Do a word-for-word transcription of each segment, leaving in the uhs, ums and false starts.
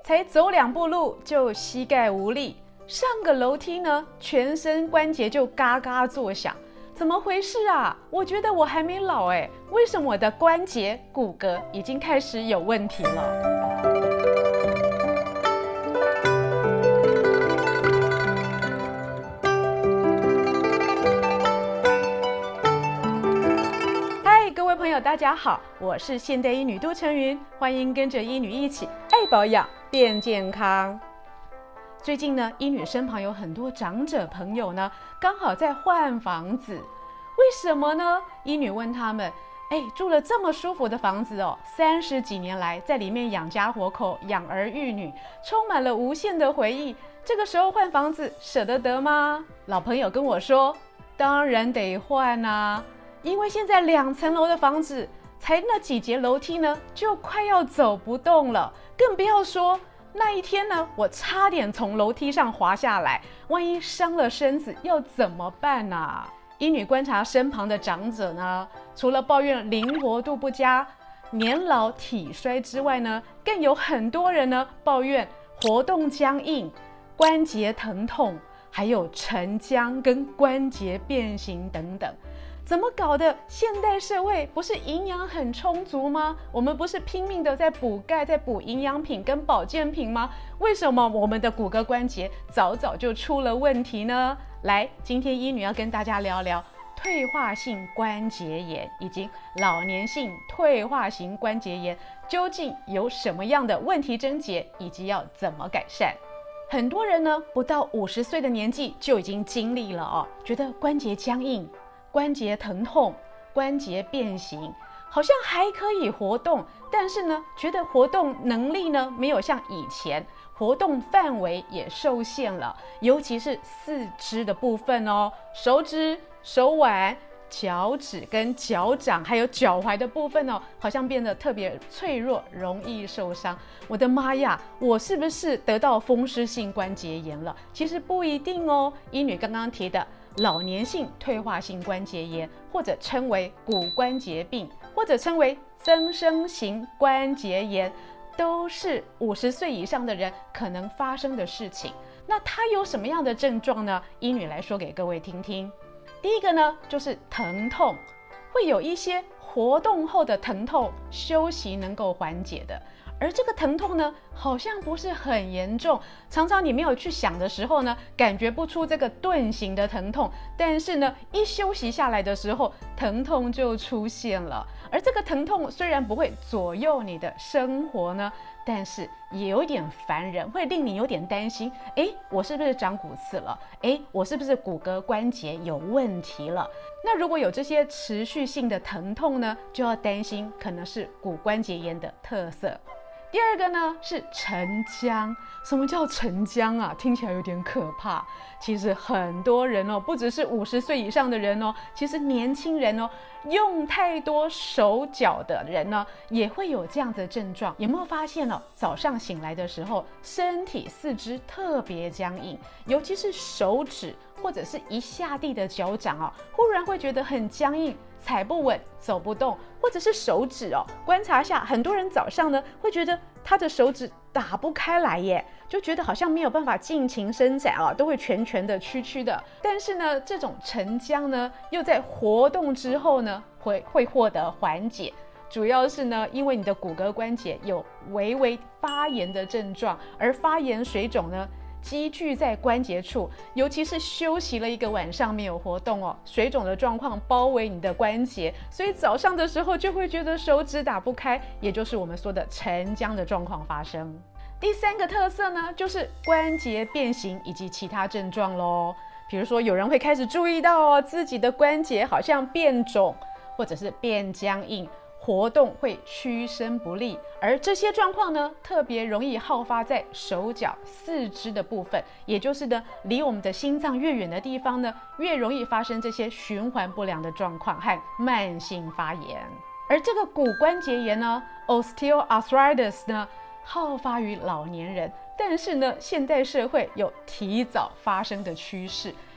才走两步路就膝盖无力，上个楼梯呢，全身关节就嘎嘎作响，怎么回事啊？我觉得我还没老哎，为什么我的关节骨骼已经开始有问题了？嗨，各位朋友，大家好，我是现代医女杜成云，欢迎跟着医女一起爱保养变健康。最近呢，医女身旁有很多长者朋友呢，刚好在换房子。为什么呢？医女问他们，哎，住了这么舒服的房子哦，三十几年来在里面养家活口、养儿育女，充满了无限的回忆。这个时候换房子，舍得得吗？老朋友跟我说，当然得换啊，因为现在两层楼的房子，才那几节楼梯呢，就快要走不动了，更不要说那一天呢，我差点从楼梯上滑下来，万一伤了身子要怎么办啊？医女观察身旁的长者呢，除了抱怨灵活度不佳、年老体衰之外呢，更有很多人呢抱怨活动僵硬、关节疼痛，还有沉僵跟关节变形等等。怎么搞的？现代社会不是营养很充足吗？我们不是拼命的在补钙、在补营养品跟保健品吗？为什么我们的骨骼关节早早就出了问题呢？来，今天医女要跟大家聊聊退化性关节炎以及老年性退化型关节炎究竟有什么样的问题症结，以及要怎么改善。很多人呢，不到五十岁的年纪就已经经历了哦，觉得关节僵硬、关节疼痛、关节变形，好像还可以活动，但是呢，觉得活动能力呢没有像以前，活动范围也受限了，尤其是四肢的部分哦，手指、手腕、脚趾跟脚掌，还有脚踝的部分哦，好像变得特别脆弱，容易受伤。我的妈呀，我是不是得到风湿性关节炎了？其实不一定哦。医女刚刚提的老年性退化性关节炎，或者称为骨关节病，或者称为增生型关节炎，都是五十岁以上的人可能发生的事情。那它有什么样的症状呢？医女来说给各位听听。第一个呢，就是疼痛，会有一些活动后的疼痛，休息能够缓解的。而这个疼痛呢，好像不是很严重，常常你没有去想的时候呢，感觉不出这个顿型的疼痛，但是呢，一休息下来的时候，疼痛就出现了。而这个疼痛虽然不会左右你的生活呢，但是也有点烦人，会令你有点担心，诶，我是不是长骨刺了？诶，我是不是骨骼关节有问题了？那如果有这些持续性的疼痛呢，就要担心可能是骨关节炎的特色。第二个呢是沉僵。什么叫沉僵啊？听起来有点可怕。其实很多人哦，不只是五十岁以上的人哦，其实年轻人哦，用太多手脚的人呢，也会有这样的症状。有没有发现哦？早上醒来的时候，身体四肢特别僵硬，尤其是手指或者是一下地的脚掌哦，忽然会觉得很僵硬。踩不稳，走不动，或者是手指哦，观察下，很多人早上呢会觉得他的手指打不开来耶，就觉得好像没有办法尽情伸展啊，都会蜷蜷的、曲曲的。但是呢，这种沉僵呢，又在活动之后呢，会会获得缓解。主要是呢，因为你的骨骼关节有微微发炎的症状，而发炎水肿呢，积聚在关节处，尤其是休息了一个晚上没有活动哦，水肿的状况包围你的关节，所以早上的时候就会觉得手指打不开，也就是我们说的沉僵的状况发生。第三个特色呢，就是关节变形以及其他症状咯。比如说有人会开始注意到哦，自己的关节好像变肿，或者是变僵硬，活动会屈伸不利，而这些状况呢，特别容易好发在手脚四肢的部分，也就是呢，离我们的心脏越远的地方呢，越容易发生这些循环不良的状况和慢性发炎。而这个骨关节炎呢 ，osteoarthritis 呢，好发于老年人，但是呢，现代社会有提早发生的趋势。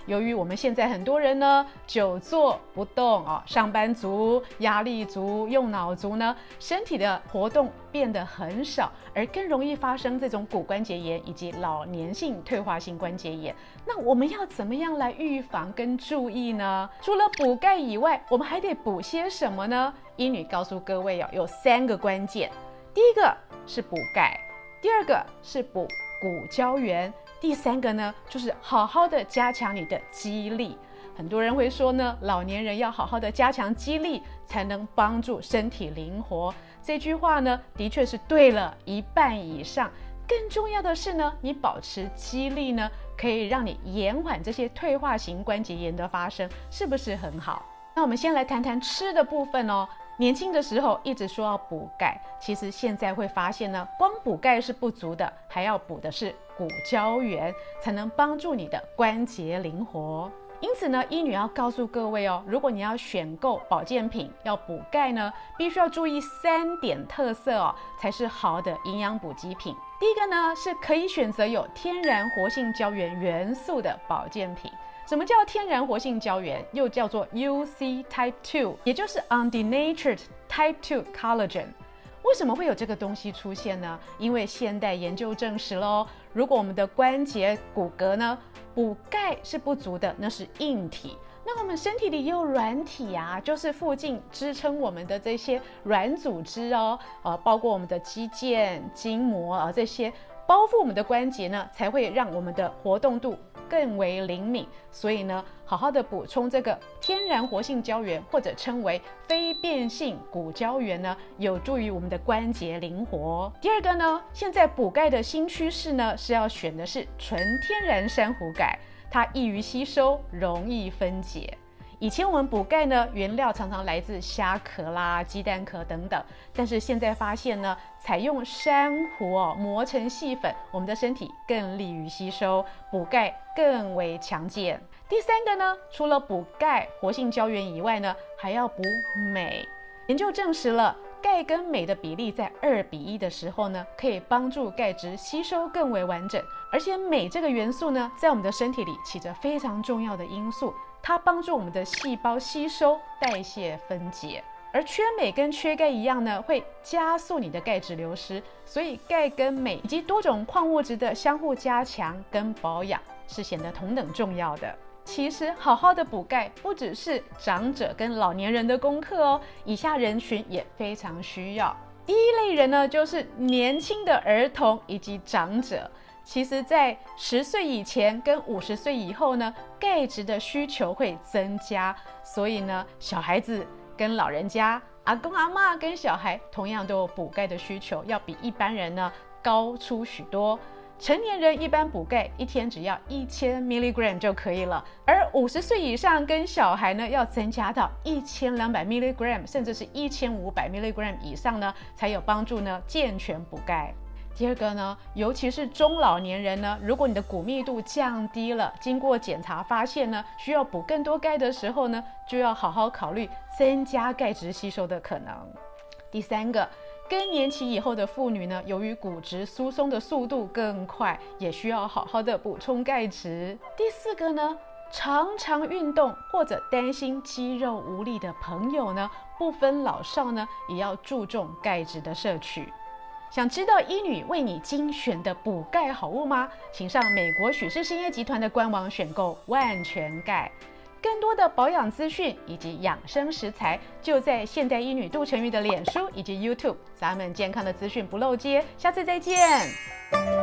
由于我们现在很多人呢久坐不动哦，上班族、压力足、用脑足呢，身体的活动变得很少，而更容易发生这种骨关节炎以及老年性退化性关节炎。那我们要怎么样来预防跟注意呢？除了补钙以外，我们还得补些什么呢？医女告诉各位哦，有三个关键。第一个是补钙，第二个是补骨胶原，第三个呢就是好好的加强你的肌力。很多人会说呢，老年人要好好的加强肌力，才能帮助身体灵活。这句话呢，的确是对了一半以上。更重要的是呢，你保持肌力呢，可以让你延缓这些退化型关节炎的发生，是不是很好？那我们先来谈谈吃的部分哦。年轻的时候一直说要补钙，其实现在会发现呢，光补钙是不足的，还要补的是骨胶原，才能帮助你的关节灵活。因此呢，医女要告诉各位哦，如果你要选购保健品要补钙呢，必须要注意三点特色哦，才是好的营养补给品。第一个呢，是可以选择有天然活性胶原元素的保健品。什么叫天然活性胶原？又叫做 U C Type 二， 也就是 Undenatured Type 二 Collagen。为什么会有这个东西出现呢？因为现代研究证实了，如果我们的关节骨骼呢补钙是不足的，那是硬体。那我们身体里也有软体啊，就是附近支撑我们的这些软组织哦，呃，包括我们的肌腱、筋膜啊，这些包覆我们的关节呢，才会让我们的活动度更为灵敏。所以呢，好好的补充这个天然活性胶原，或者称为非变性骨胶原呢，有助于我们的关节灵活。第二个呢，现在补钙的新趋势呢，是要选的是纯天然珊瑚钙，它易于吸收，容易分解。以前我们补钙呢，原料常常来自虾壳啦、鸡蛋壳等等，但是现在发现呢，采用珊瑚哦磨成细粉，我们的身体更利于吸收，补钙更为强健。第三个呢，除了补钙、活性胶原以外呢，还要补镁。研究证实了，钙跟镁的比例在二比一的时候呢，可以帮助钙质吸收更为完整。而且镁这个元素呢，在我们的身体里起着非常重要的因素，它帮助我们的细胞吸收、代谢、分解。而缺镁跟缺钙一样呢，会加速你的钙质流失。所以钙跟镁以及多种矿物质的相互加强跟保养是显得同等重要的。其实好好的补钙不只是长者跟老年人的功课哦，以下人群也非常需要。第一类人呢，就是年轻的儿童以及长者。其实在十岁以前跟五十岁以后呢，钙质的需求会增加，所以呢，小孩子跟老人家、阿公阿嬷跟小孩同样都有补钙的需求，要比一般人呢高出许多。成年人一般补钙一天只要一千 milligram 就可以了，而五十岁以上跟小孩呢，要增加到一千两百 milligram， 甚至是一千五百 milligram 以上呢，才有帮助呢健全补钙。第二个呢，尤其是中老年人呢，如果你的骨密度降低了，经过检查发现呢，需要补更多钙的时候呢，就要好好考虑增加钙质吸收的可能。第三个，更年期以后的妇女呢，由于骨质疏松的速度更快，也需要好好的补充钙质。第四个呢，常常运动或者担心肌肉无力的朋友呢，不分老少呢，也要注重钙质的摄取。想知道医女为你精选的补钙好物吗？请上美国许氏兴业集团的官网选购万全钙。更多的保养资讯以及养生食材，就在现代医女杜成瑜的脸书以及 YouTube， 咱们健康的资讯不漏接，下次再见。